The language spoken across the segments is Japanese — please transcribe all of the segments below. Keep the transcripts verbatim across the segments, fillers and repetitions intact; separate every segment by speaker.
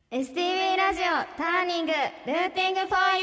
Speaker 1: エスティービー ラジオターニングルーティングフォーユ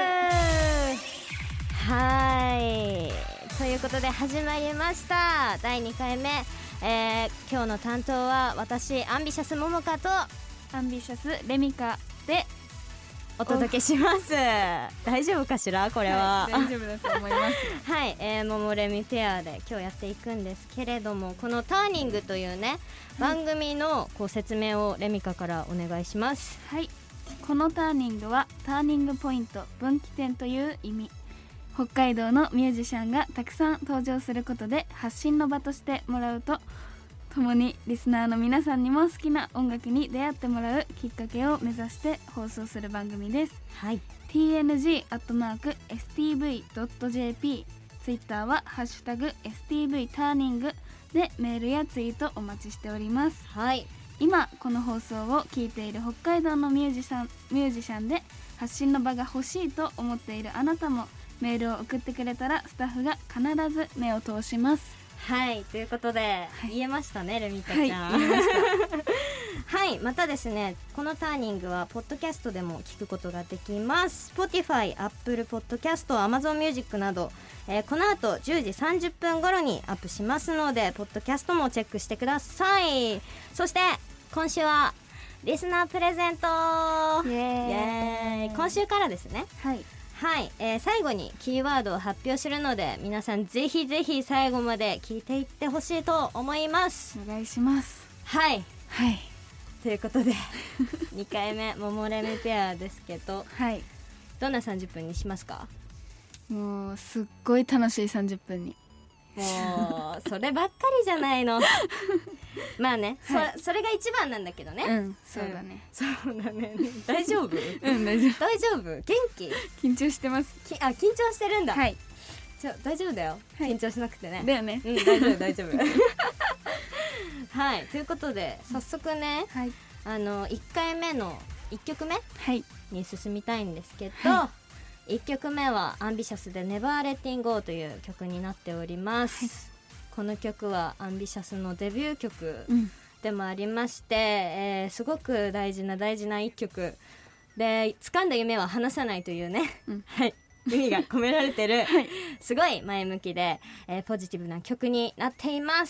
Speaker 1: ー。はいということで始まりましただいにかいめ、えー、今日の担当は私アンビシャスモモカと
Speaker 2: アンビシャスレミカで
Speaker 1: お届けします。大丈夫かしらこれは、
Speaker 2: はい、大丈夫だと思います
Speaker 1: はい、えー、モモレミペアで今日やっていくんですけれども、このターニングというね、はい、番組のこう説明をレミカからお願いします。
Speaker 2: はい、このターニングはターニングポイント、分岐点という意味。北海道のミュージシャンがたくさん登場することで発信の場としてもらうと、共にリスナーの皆さんにも好きな音楽に出会ってもらうきっかけを目指して放送する番組です。
Speaker 1: はい、
Speaker 2: ティーエヌジー アットマーク エスティーブイ ドット ジェーピー、 ツイッターはハッシュタグ エスティーブイ ターニングでメールやツイートお待ちしております。
Speaker 1: はい、
Speaker 2: 今この放送を聞いている北海道のミュージシャン、ミュージシャンで発信の場が欲しいと思っているあなたもメールを送ってくれたらスタッフが必ず目を通します。
Speaker 1: はいということで、はい、言えましたねレミカちゃん。
Speaker 2: はい、言えました
Speaker 1: はい、またですね、このターニングはポッドキャストでも聞くことができます。 Spotify、Apple Podcast、Amazon Music など、えー、この後じゅうじさんじゅっぷん頃にアップしますので、ポッドキャストもチェックしてください。そして今週はリスナープレゼント、
Speaker 2: イエーイ、
Speaker 1: イエーイ。今週からですね。
Speaker 2: はい
Speaker 1: はい、えー、最後にキーワードを発表するので、皆さんぜひぜひ最後まで聞いていってほしいと思います。
Speaker 2: お願いします。
Speaker 1: はい
Speaker 2: はい
Speaker 1: ということでにかいめモモレミペアですけど、
Speaker 2: はい、
Speaker 1: どんなさんじゅっぷんにしますか？
Speaker 2: もうすっごい楽しいさんじゅっぷんに。
Speaker 1: もうそればっかりじゃないのまあね、はい、そ, それが一番なんだけどね。
Speaker 2: うんそうだね、
Speaker 1: うん、そうだね大丈夫
Speaker 2: うん大丈夫
Speaker 1: 大丈夫元気？
Speaker 2: 緊張してます。
Speaker 1: きあ緊張してるんだ。はい、じゃ大丈夫だよ、はい、緊張しなくてね。
Speaker 2: だよね、
Speaker 1: うん大丈夫大丈夫はいということで早速ね、はい、あのいっかいめのいっきょくめ、はい、に進みたいんですけど、はい、いっきょくめはアンビシャスで Never Letting Go という曲になっております、はい、この曲はアンビシャスのデビュー曲でもありまして、うんえー、すごく大事な大事ないっきょくで、掴んだ夢は離さないというね、うん、はい意味が込められてる、はい、すごい前向きで、えー、ポジティブな曲になっています。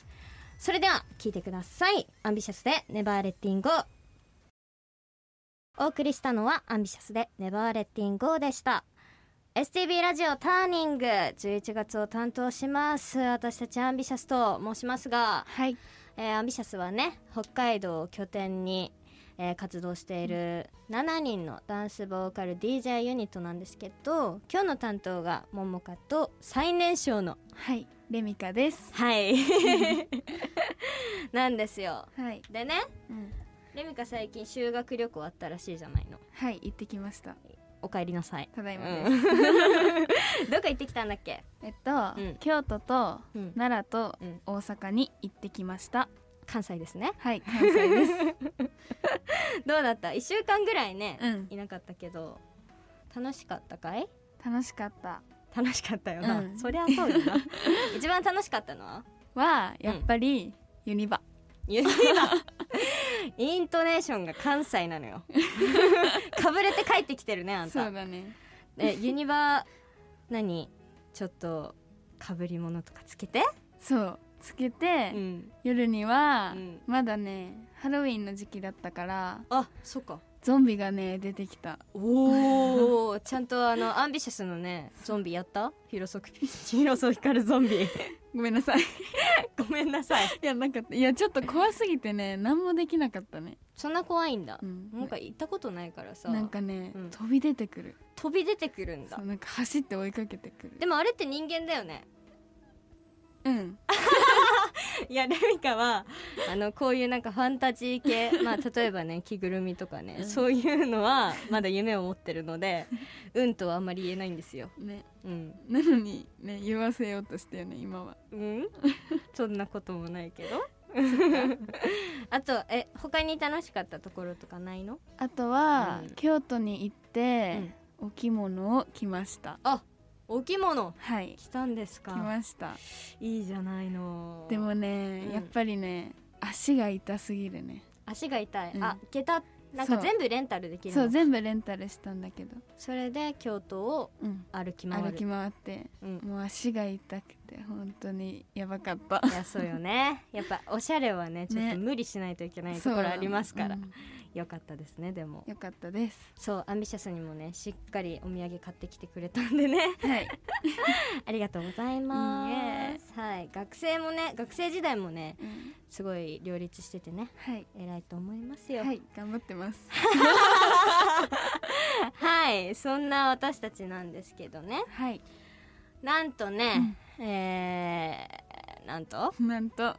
Speaker 1: それでは聴いてください。アンビシャスで Never Letting Go。 お送りしたのはアンビシャスで Never Letting Go でした。 エスティービー ラジオターニングじゅういちがつを担当します。私たちアンビシャスと申しますが、はいえー、アンビシャスはね北海道を拠点にえー、活動しているしちにんのダンスボーカル ディージェー ユニットなんですけど、今日の担当がももかと最年少の
Speaker 2: はいレミカです。
Speaker 1: はいなんですよ、はい、でね、うん、レミカ最近修学旅行あったらしいじゃないの。
Speaker 2: はい行ってきました。
Speaker 1: お帰りなさい。
Speaker 2: ただいまです、
Speaker 1: うん、どこ行ってきたんだっけ？
Speaker 2: えっと、うん、京都と奈良と大阪に行ってきました。
Speaker 1: 関西ですね。
Speaker 2: はい関西です
Speaker 1: どうだった？いっしゅうかんぐらいね、うん、いなかったけど楽しかったかい？
Speaker 2: 楽しかった。
Speaker 1: 楽しかったよな、うん、そりゃそうだな一番楽しかったのは
Speaker 2: はやっぱりユニバ、
Speaker 1: うん、ユニバイントネーションが関西なのよかぶれて帰ってきてるねあんた。
Speaker 2: そうだね。
Speaker 1: えユニバ何ちょっとかぶり物とかつけて
Speaker 2: そうつけて、うん、夜には、うん、まだねハロウィンの時期だったから、
Speaker 1: あそっか
Speaker 2: ゾンビがね出てきた。
Speaker 1: おおちゃんとあのアンビシャスのねゾンビやった？フィロソフィロソフィカルゾンビ
Speaker 2: ごめんなさい
Speaker 1: ごめんなさい。
Speaker 2: いやなんかいやちょっと怖すぎてね何もできなかったね。
Speaker 1: そんな怖いんだ、うん、なんか行ったことないからさ。
Speaker 2: なんかね、うん、飛び出てくる。
Speaker 1: 飛び出てくるんだ。
Speaker 2: そうなんか走って追いかけてくる。
Speaker 1: でもあれって人間だよね。
Speaker 2: うん
Speaker 1: いやレミカはあのこういうなんかファンタジー系まあ例えばね着ぐるみとかね、うん、そういうのはまだ夢を持ってるのでうんとはあんまり言えないんですよ、ね
Speaker 2: うん、なのにね言わせようとしてよね今は。
Speaker 1: うんそんなこともないけどあとえ他に楽しかったところとかないの？
Speaker 2: あとは、うん、京都に行って、うん、お着物を着ました。
Speaker 1: あお着物、
Speaker 2: はい、
Speaker 1: 着たんですか？
Speaker 2: 着ました。
Speaker 1: いいじゃないの。
Speaker 2: でもね、うん、やっぱりね足が痛すぎるね。
Speaker 1: 足が痛い、うん、あ下駄なんか全部レンタルできるの。
Speaker 2: そう全部レンタルしたんだけど、
Speaker 1: それで京都を歩き回る、
Speaker 2: うん、歩き回って、うん、もう足が痛くて本当にやばかった。
Speaker 1: いやそうよね、やっぱおしゃれはねちょっと無理しないといけないところありますから、ね、うん、よかったですね。でも
Speaker 2: よかったです。
Speaker 1: そうアンビシャスにもねしっかりお土産買ってきてくれたんでね、はい、ありがとうございます。はい、学生もね学生時代もね、うん、すごい両立しててね、はい、偉いと思いますよ。
Speaker 2: はい、頑張ってます。
Speaker 1: はい、そんな私たちなんですけどね、はい、なんとね、うん、えー、なんと
Speaker 2: なんと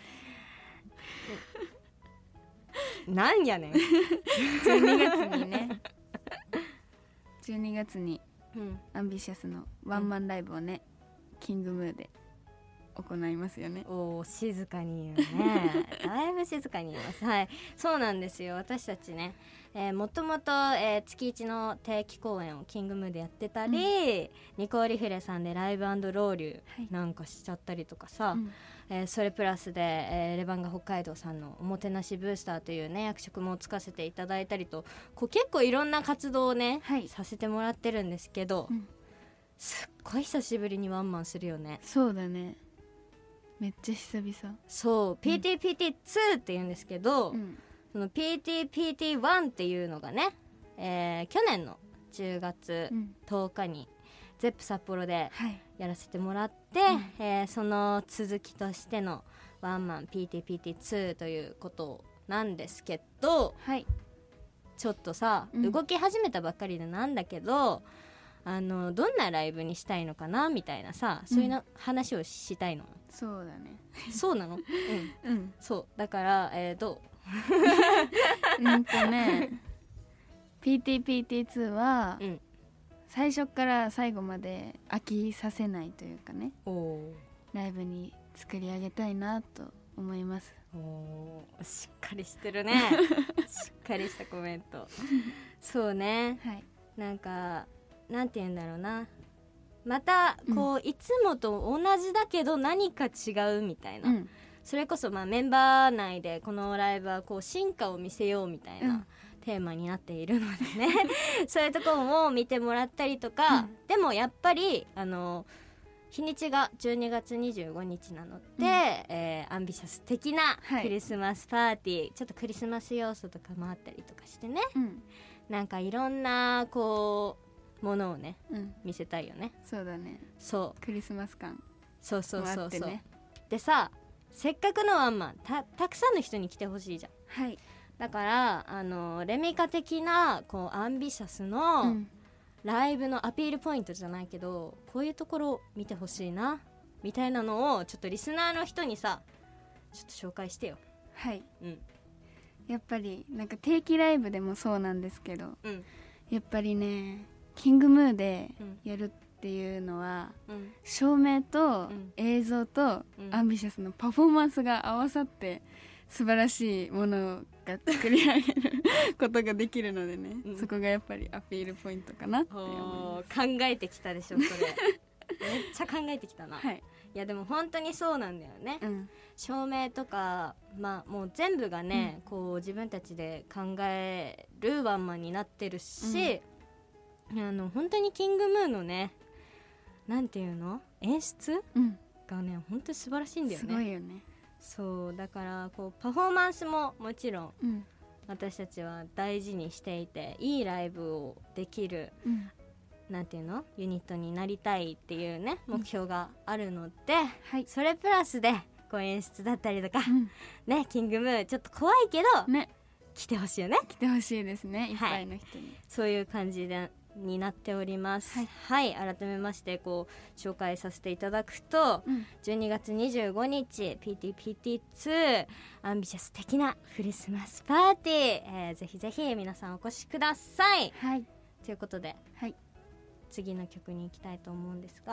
Speaker 1: なんやねん
Speaker 2: じゅうにがつにねじゅうにがつに、うん、アンビシャスのワンマンライブをね、うん、キングムーで行いますよね。
Speaker 1: おー静かに言うねだいぶ静かに言います。はい、そうなんですよ。私たちね、えー、もともと、えー、月いちの定期公演をキングムーでやってたり、うん、ニコーリフレさんでライブ&ロウリュなんかしちゃったりとかさ、はい、えー、それプラスで、えー、レバンガ北海道さんのおもてなしブースターというね役職もつかせていただいたりと、こう結構いろんな活動をね、はい、させてもらってるんですけど、うん、すっごい久しぶりにワンマンするよね。
Speaker 2: そうだね、めっちゃ久々。
Speaker 1: そう、うん、ピーティーピーティーツー って言うんですけど、うん、その ピーティーピーティーワン っていうのがね、えー、去年のじゅうがつとおかにゼップ札幌でやらせてもらって、はい、えー、その続きとしてのワンマン ピーティーピーティーツー ということなんですけど、はい、ちょっとさ、うん、動き始めたばっかりでなんだけど、あのどんなライブにしたいのかなみたいなさ、そういうの、うん、話をしたいの。
Speaker 2: そうだね。
Speaker 1: そうなの、うん、うん、そうだから、えー、どう
Speaker 2: うんとねピーティーピーティーツー は、うん、最初から最後まで飽きさせないというかね、ライブに作り上げたいなと思います。
Speaker 1: おしっかりしてるねしっかりしたコメントそうね、はい、なんかなんて言うんだろうな、またこう、うん、いつもと同じだけど何か違うみたいな、うん、それこそまあメンバー内でこのライブはこう進化を見せようみたいな、うん、テーマになっているのでねそういうところも見てもらったりとか、うん、でもやっぱりあの日にちがじゅうにがつにじゅうごにちなので、うん、えー、アンビシャス的なクリスマスパーティー、はい、ちょっとクリスマス要素とかもあったりとかしてね、うん、なんかいろんなこうものをね、うん、見せたいよね。
Speaker 2: そうだね、
Speaker 1: そう
Speaker 2: クリスマス感
Speaker 1: そうそうそうそう、ね、でさ、せっかくのワンマン た, たくさんの人に来てほしいじゃん、はい、だからあのレミカ的なこうアンビシャスの、うん、ライブのアピールポイントじゃないけどこういうところを見てほしいなみたいなのをちょっとリスナーの人にさちょっと紹介してよ。
Speaker 2: はい、うん、やっぱりなんか定期ライブでもそうなんですけど、うん、やっぱりねキングムーでやるっていうのは、うん、照明と映像とアンビシャスのパフォーマンスが合わさって素晴らしいものが作り上げることができるのでね、うん、そこがやっぱりアピールポイントかなって思います。
Speaker 1: 考えてきたでしょそれめっちゃ考えてきたな、はい、いやでも本当にそうなんだよね、うん、照明とか、まあ、もう全部がね、うん、こう自分たちで考えるワンマンになってるし、うん、あの本当にキングムーのねなんていうの演出、うん、がね本当に素晴らしいんだよね。
Speaker 2: すごいよね。
Speaker 1: そうだからこうパフォーマンスももちろん、うん、私たちは大事にしていていいライブをできる、うん、なんていうのユニットになりたいっていうね目標があるので、うんはい、それプラスでこう演出だったりとか、うん、ねキングムーちょっと怖いけど、ね、来てほしいよね。
Speaker 2: 来てほしいですねいっぱいの人に、はい、
Speaker 1: そういう感じでになっております、はい、はい、改めましてこう紹介させていただくと、うん、じゅうにがつにじゅうごにち ピーティーピーティーツー アンビシャス的なクリスマスパーティー、えー、ぜひぜひ皆さんお越しください、はい、ということで、はい、次の曲に行きたいと思うんですが、はい、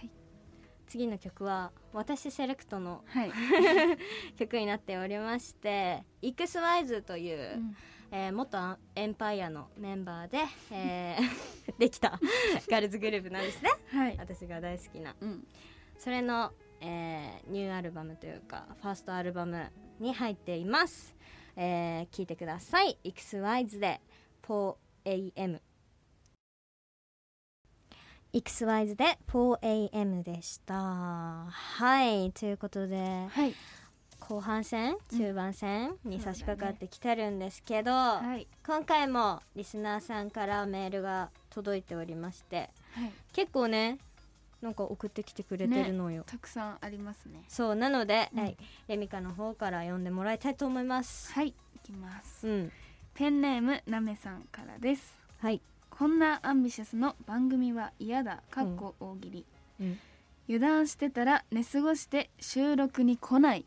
Speaker 1: 次の曲は私セレクトの、はい、曲になっておりまして エックスワイズ という、うんえー、元エンパイアのメンバーで、えー、できたガールズグループなんですね、はい、私が大好きな、うん、それの、えー、ニューアルバムというかファーストアルバムに入っています、 えー、聞いてください。 エックスワイズ で フォーエーエム エックスワイズ で フォーエーエム でした。はい、ということで、はい、後半戦中盤戦に差し掛かってきてるんですけど、うんね、今回もリスナーさんからメールが届いておりまして、はい、結構ねなんか送ってきてくれてるのよ、
Speaker 2: ね、たくさんありますね。
Speaker 1: そうなので、うん、はい、レミカの方から読んでもらいたいと思います。
Speaker 2: はい、いきます、うん、
Speaker 1: ペ
Speaker 2: ンネームなめさんからです。
Speaker 1: はい、
Speaker 2: こんなアンビシャスの番組は嫌だかっこ大喜利、うんうん、油断してたら寝過ごして収録に来ない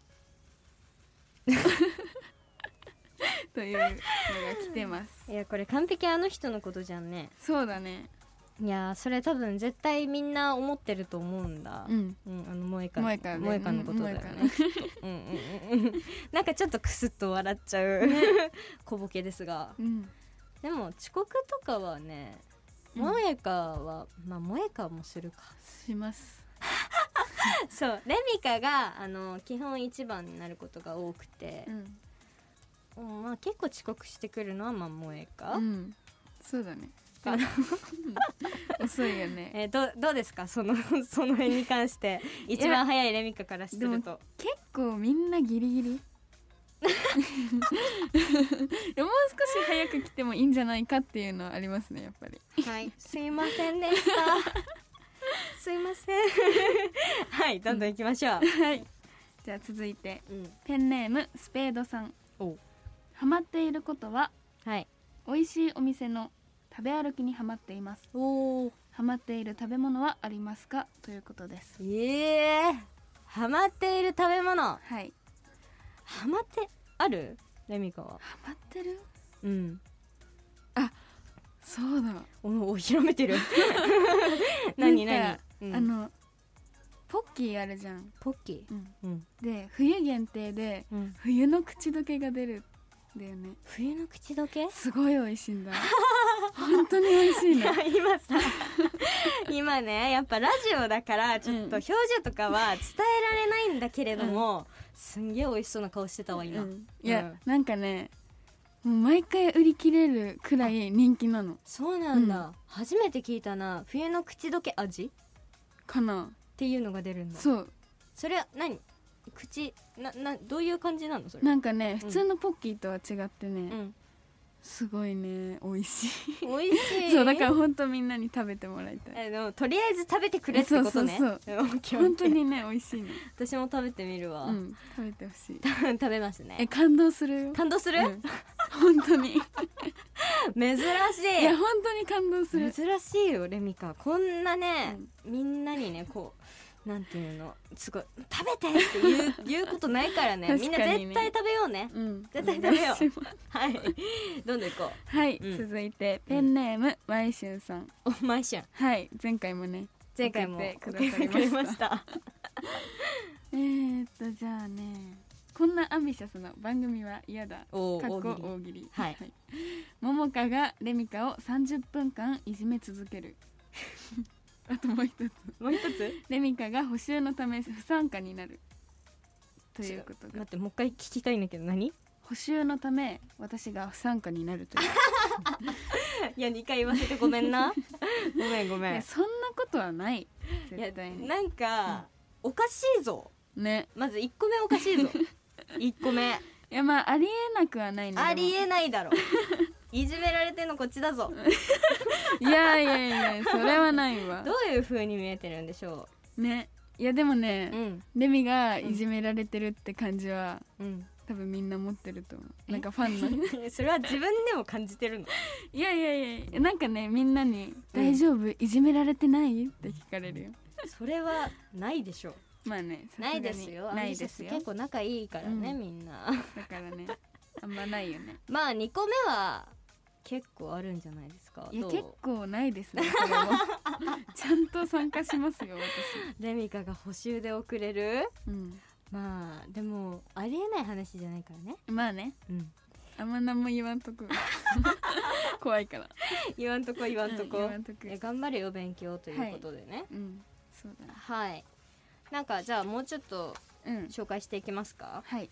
Speaker 2: というのが来てます。
Speaker 1: いやこれ完璧あの人のことじゃんね。
Speaker 2: そうだね。
Speaker 1: いやそれ多分絶対みんな思ってると思うんだ。うん、うん、あの萌えか萌えか、ね、萌えかのことだよね。うんうんうん、なんかちょっとクスッと笑っちゃう、ね、小ボケですが、うん、でも遅刻とかはね、萌えかは、うん、まあ萌えかもするか
Speaker 2: します
Speaker 1: そうレミカがあの基本一番になることが多くて、うん、まあ、結構遅刻してくるのはまあ萌えか、
Speaker 2: うん、そうだね遅いよね。
Speaker 1: えー、ど, どうですかそのその辺に関して一番早いレミカからすると。
Speaker 2: 結構みんなギリギリもう少し早く来てもいいんじゃないかっていうのはありますねやっぱり。
Speaker 1: はい、すいませんでしたすいませんはい、どんどん行きましょう、うん、
Speaker 2: はい、じゃあ続いて、うん、ペンネームスペードさん。おハマっていることは、はい、美味しいお店の食べ歩きにハマっています。おハマっている食べ物はありますかということです。
Speaker 1: えー、ハマっている食べ物、はい、ハマってあるレミカは。
Speaker 2: ハマってる、
Speaker 1: うん、
Speaker 2: あそうだ、
Speaker 1: おお広めてる何何、
Speaker 2: うん、あのポッキーあるじゃん。
Speaker 1: ポッキー、
Speaker 2: うん、で冬限定で、うん、冬の口どけが出るだよね。
Speaker 1: 冬の口どけ
Speaker 2: すごい美味しいんだ本当に美味しいの
Speaker 1: 今さ今ねやっぱラジオだからちょっと表情とかは伝えられないんだけれども、うん、すんげえ美味しそうな顔してたわ今、うん、
Speaker 2: いや、うん、なんかねもう毎回売り切れるくらい人気なの。
Speaker 1: そうなんだ、うん、初めて聞いたな。冬の口どけ味
Speaker 2: かな
Speaker 1: っていうのが出るんだ。そう、それは何口ななどういう感じなのそれ。
Speaker 2: なんかね、普通のポッキーとは違ってね、うん、すごいね美味しい
Speaker 1: 美味しい
Speaker 2: そうだから本当みんなに食べてもらいたい。
Speaker 1: えでもとりあえず食べてくれってことね。そうそう
Speaker 2: そう本当にね美味しいの。
Speaker 1: 私も食べてみるわ、
Speaker 2: うん、食べてほしい
Speaker 1: 食べますね。
Speaker 2: え感動するよ。
Speaker 1: 感動する、うん、
Speaker 2: 本当に
Speaker 1: 珍しい。
Speaker 2: いや本当に感動する。
Speaker 1: 珍しいよレミカ。こんなね、うん、みんなにねこうなんていうのすごい食べてって言う言うことないから ね, ねみんな絶対食べようね、うん、絶対食べようはいどんどん行こう。
Speaker 2: はい、うん、続いてペンネームまいしゅんさん。
Speaker 1: おまいしゅん、
Speaker 2: はい前回もね
Speaker 1: 前回も
Speaker 2: 送ってくださりましたえーっとじゃあねこんなアンビシャスの番組は嫌だかっこ大喜利、はいはい、ももかがレミカをさんじゅっぷんかんいじめ続けるあともう一つ
Speaker 1: もう一つ
Speaker 2: レミカが補習のため不参加になるということが。
Speaker 1: 待ってもう一回聞きたいんだけど何。
Speaker 2: 補習のため私が不参加になるという
Speaker 1: いやにかい言わせてごめんなごめんごめん。いや
Speaker 2: そんなことはない絶対に。
Speaker 1: いやなんか、うん、おかしいぞね。まずいっこめおかしいぞいっこめ。
Speaker 2: いやまあありえなくはないね。
Speaker 1: ありえないだろいじめられてんのこっちだぞ
Speaker 2: いやいやいやそれはないわ。
Speaker 1: どういう風に見えてるんでしょ
Speaker 2: うね。いやでもね、うん、レミがいじめられてるって感じは、うん、多分みんな持ってると思う。なんかファン
Speaker 1: のそれは自分でも感じてるの
Speaker 2: いやいやいやなんかねみんなに、うん、大丈夫いじめられてないって聞かれるよ。
Speaker 1: それはないでしょう。
Speaker 2: まあね
Speaker 1: ないですよ。ないですよ。結構仲いいからね、うん、みんな
Speaker 2: だからねあんまないよね
Speaker 1: まあにこめは結構あるんじゃないですか。
Speaker 2: いや結構ないですねそれもちゃんと参加しますよ私。
Speaker 1: レミカが補習で遅れる、うん、まあでもありえない話じゃないからね。
Speaker 2: まあね、うん、あんま何も言わんとこ怖いから
Speaker 1: 言わんとこ言わんとこ、うん、
Speaker 2: 言わんとこ。
Speaker 1: 頑張れよ勉強ということでね、はい、
Speaker 2: うん、そうだね。
Speaker 1: はい。なんかじゃあもうちょっと紹介していきますか、うん、はい。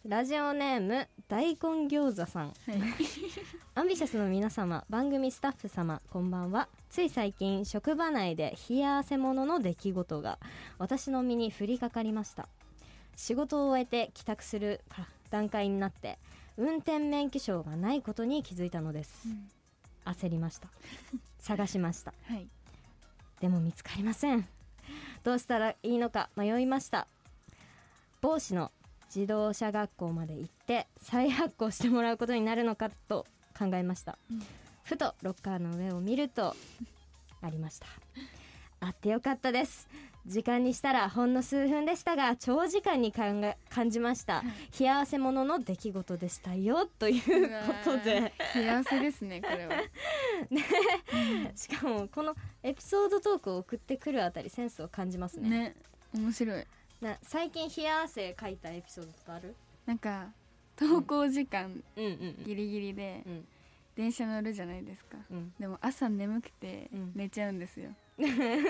Speaker 1: ラジオネーム大根餃子さん、はい、アンビシャスの皆様、番組スタッフ様、こんばんは。つい最近職場内で冷や汗ものの出来事が私の身に降りかかりました。仕事を終えて帰宅する段階になって運転免許証がないことに気づいたのです、うん、焦りました。探しました、はい、でも見つかりません。どうしたらいいのか迷いました。某市の自動車学校まで行って再発行してもらうことになるのかと考えました、うん、ふとロッカーの上を見るとありました。あってよかったです。時間にしたらほんの数分でしたが長時間に考え感じました。冷や汗ものの出来事でしたよということで、
Speaker 2: 冷や汗ですねこれは、ね、
Speaker 1: うん、しかもこのエピソードトークを送ってくるあたりセンスを感じますね。
Speaker 2: ね、面白い
Speaker 1: な。最近冷や汗かいたエピソードとある？
Speaker 2: なんか登校時間ギリギリで電車乗るじゃないですか、うん、でも朝眠くて寝ちゃうんですよ、うん、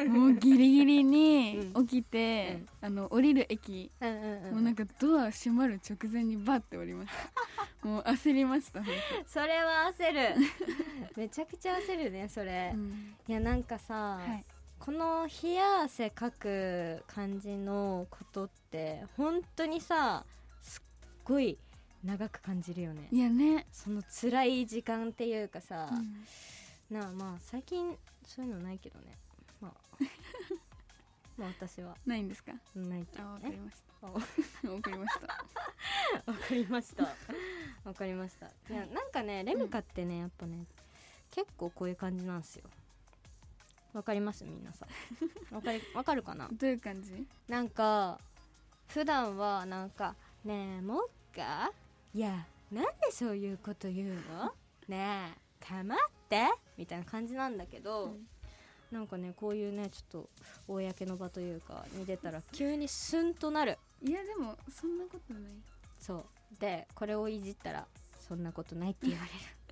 Speaker 2: もうギリギリに起きて、うん、あの降りる駅、うんうんうん、もうなんかドア閉まる直前にバッて降りましたもう焦りました
Speaker 1: それは焦るめちゃくちゃ焦るねそれ、うん、いやなんかさ、はい、この冷や汗かく感じのことって本当にさすっごい長く感じるよね。
Speaker 2: いやね、
Speaker 1: その辛い時間っていうかさ、うん、なあまあ最近そういうのないけどね、まあまあ私は
Speaker 2: ないんですか？
Speaker 1: ないけどね。
Speaker 2: あ、わかりましたわかりました
Speaker 1: わかりましたわかりました。いやなんかねレミカってね、やっぱね結構こういう感じなんですよ。わかりますみんなさわかりわかるかな？
Speaker 2: どういう感じ？
Speaker 1: なんか普段はなんかねえもっか、いやなんでそういうこと言うのねえかまってみたいな感じなんだけど、うん、なんかねこういうねちょっと公の場というかに出たら急にスンとなる。
Speaker 2: いやでもそんなことない。
Speaker 1: そうでこれをいじったらそんなことないって言われる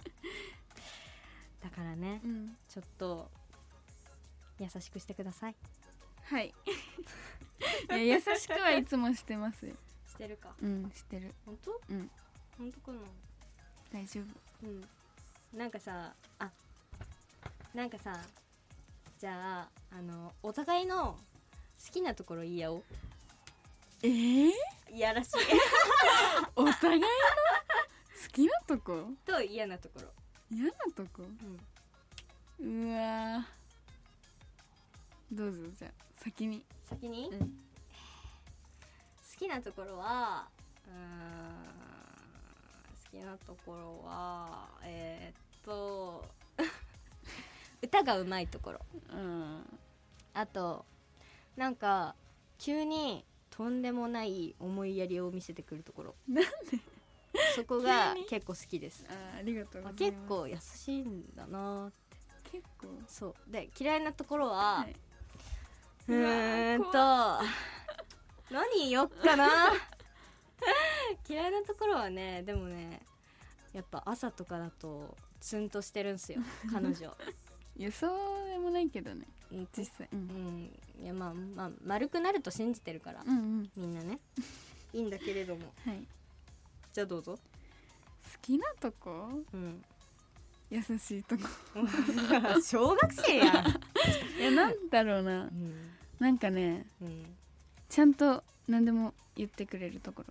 Speaker 1: だからね、うん、ちょっと優しくしてください。
Speaker 2: はいいや優しくはいつもしてますよ。
Speaker 1: してるか？
Speaker 2: うんしてる。
Speaker 1: 本当？
Speaker 2: うん。
Speaker 1: 本当かな？
Speaker 2: 大丈夫。
Speaker 1: うん。なんかさあなんかさじゃああのお互いの好きなところ言い合おう。
Speaker 2: えー？
Speaker 1: いやらしい
Speaker 2: お互いの好きなとこと
Speaker 1: 嫌なところ。
Speaker 2: 嫌なとこ？うん。うわどうぞじゃあ先に
Speaker 1: 先に、うん、好きなところはうーん好きなところはえー、っと歌がうまいところ、うん、あとなんか急にとんでもない思いやりを見せてくるところ
Speaker 2: なんで
Speaker 1: そこが結構好きです。
Speaker 2: あ、ありがとうございます。
Speaker 1: 結構優しいんだなって。
Speaker 2: 結構
Speaker 1: そうで嫌いなところは、はい、うーんと何言おっかな嫌いなところはねでもねやっぱ朝とかだとツンとしてるんすよ彼女
Speaker 2: いやそうでもないけどね実際、うん
Speaker 1: うん、いやまあまあ丸くなると信じてるから、うんうん、みんなねいいんだけれども、はい、じゃあどうぞ。
Speaker 2: 好きなとこ、うん、優しいとこ
Speaker 1: 小学生やん
Speaker 2: いやなんだろうな、うん、なんかね、うん、ちゃんと何でも言ってくれるところ。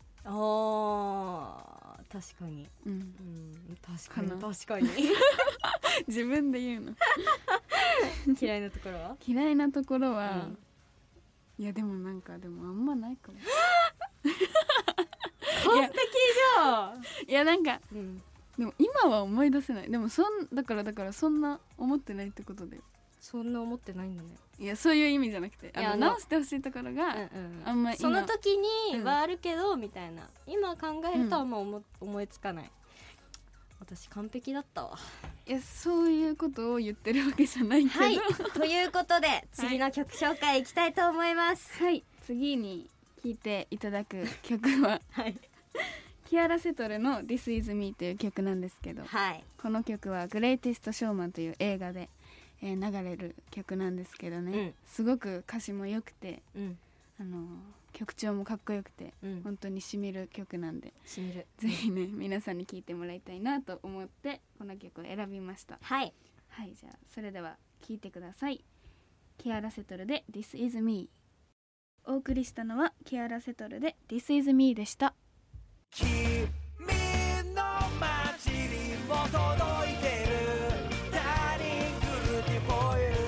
Speaker 1: あー確かに、うんうん、確かに確かに
Speaker 2: 自分で言うの
Speaker 1: 嫌いなところは
Speaker 2: 嫌いなところは、うん、いやでもなんかでもあんまないかも
Speaker 1: 完璧じゃん。
Speaker 2: いやなんか、うん、でも今は思い出せない。でもそんだからだからそんな思ってないってことだよ。
Speaker 1: そんな思ってないんだね。
Speaker 2: いやそういう意味じゃなくて、あの直してほしいところが、うんうん、あんまり
Speaker 1: その時にはあるけど、うん、みたいな今考えるとあんま 思,、うん、思いつかない。私完璧だったわ。
Speaker 2: いやそういうことを言ってるわけじゃないけど、
Speaker 1: はい、ということで次の曲紹介いきたいと思います。
Speaker 2: はい、次に聴いていただく曲は、はい、キアラ・セトルの This Is Me という曲なんですけど、はい、この曲はグレイテストショーマンという映画で、えー、流れる曲なんですけどね、うん、すごく歌詞も良くて、うん、あの曲調もかっこよくて、
Speaker 1: うん、
Speaker 2: 本当にしみる曲なんで、
Speaker 1: しみる、
Speaker 2: ぜひね皆さんに聴いてもらいたいなと思ってこの曲を選びました。
Speaker 1: はい
Speaker 2: はい、じゃあそれでは聴いてください。キアラセトルで This is me。 お送りしたのはキアラセトルで This is me でした。君の街にも届いてるターニングルーティフォーユー。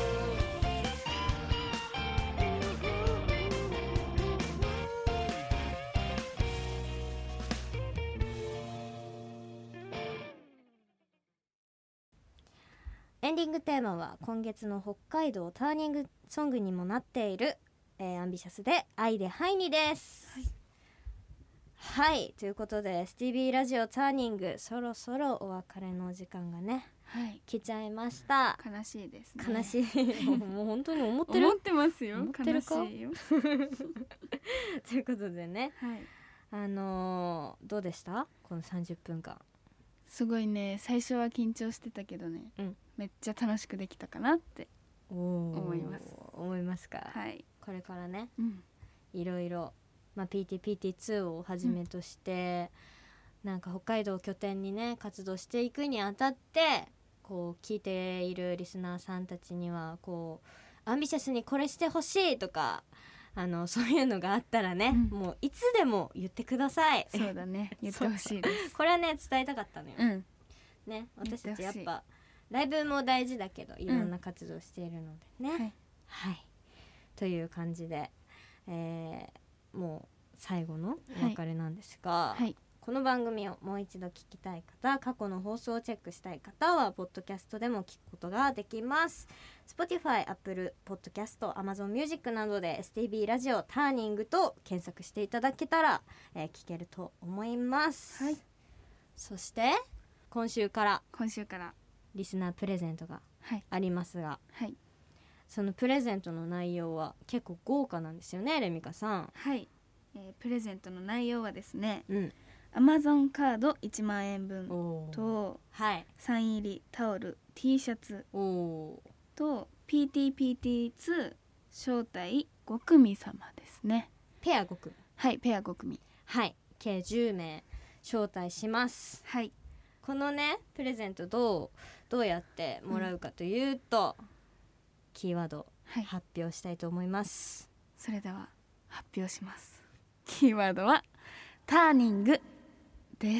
Speaker 1: エンディングテーマは今月の北海道ターニングソングにもなっている、えー、アンビシャスで愛でハイニです。はい、はい、ということで エスティービー ラジオターニングそろそろお別れの時間がね、はい、来ちゃいました。
Speaker 2: 悲しいですね。
Speaker 1: 悲しいもう本当に思ってる
Speaker 2: 思ってますよ。
Speaker 1: 思ってるか
Speaker 2: 悲しいよ
Speaker 1: ということでね、
Speaker 2: はい、
Speaker 1: あのー、どうでしたこのさんじゅっぷんかん。
Speaker 2: すごいね、最初は緊張してたけどね、うん、めっちゃ楽しくできたかなって思います。
Speaker 1: 思いますか。
Speaker 2: はい、
Speaker 1: これからね、
Speaker 2: うん、
Speaker 1: いろいろ、まあ、ピーティーピーティーツー をはじめとして、うん、なんか北海道を拠点にね活動していくにあたってこう聞いているリスナーさんたちにはこうアンビシャスにこれしてほしいとかあのそういうのがあったらね、うん、もういつでも言ってください。
Speaker 2: そうだね、言ってほしいです。
Speaker 1: これはね伝えたかったのよ、
Speaker 2: うん、
Speaker 1: ね、私たちやっぱライブも大事だけどいろんな活動しているのでね、うん、はい、はい、という感じで、えー、もう最後のお別れなんですが、はいはい、この番組をもう一度聞きたい方、過去の放送をチェックしたい方はポッドキャストでも聞くことができます。 Spotify、Apple Podcast、Amazon Music などで エスティービー ラジオターニングと検索していただけたら、えー、聞けると思います、はい、そして今週から
Speaker 2: 今週から
Speaker 1: リスナープレゼントがありますが、
Speaker 2: はい、
Speaker 1: そのプレゼントの内容は結構豪華なんですよね、レミカさん。
Speaker 2: はい、えー、プレゼントの内容はですね、
Speaker 1: うん、
Speaker 2: Amazon カードいちまんえんぶんと、
Speaker 1: はい、
Speaker 2: サイン入りタオル T シャツと ピーティーピーティーツー 招待ごくみ様ですね。
Speaker 1: ペアごくみ。
Speaker 2: はい、ペアごくみ。
Speaker 1: はい、計じゅうめい招待します。
Speaker 2: はい、
Speaker 1: このねプレゼントどうどうやってもらうかというと、うん、キーワード発表したいと思います、
Speaker 2: はい、それでは発表します。キーワードはターニングです。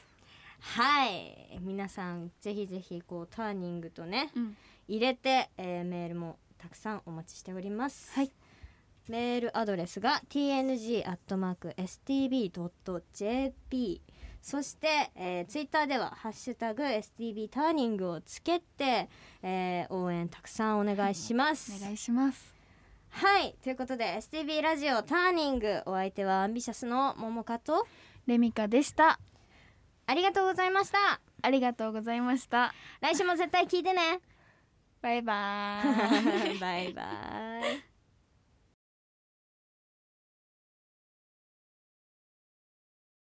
Speaker 1: はい、皆さんぜひぜひこうターニングとね、うん、入れて、えー、メールもたくさんお待ちしております、はい、メールアドレスが ティーエヌジーアットマークエスティービードットジェーピー、 そして、えー、ツイッターではハッシュタグ エスティービー ターニングをつけて、えー、応援たくさんお願いします、
Speaker 2: はい、お願いします。
Speaker 1: はい、ということで エスティービー ラジオターニング、お相手はアンビシャスのももかと
Speaker 2: レミカでした。
Speaker 1: ありがとうございました。
Speaker 2: ありがとうございました。
Speaker 1: 来週も絶対聞いてね。
Speaker 2: バイバーイ
Speaker 1: バイバーイ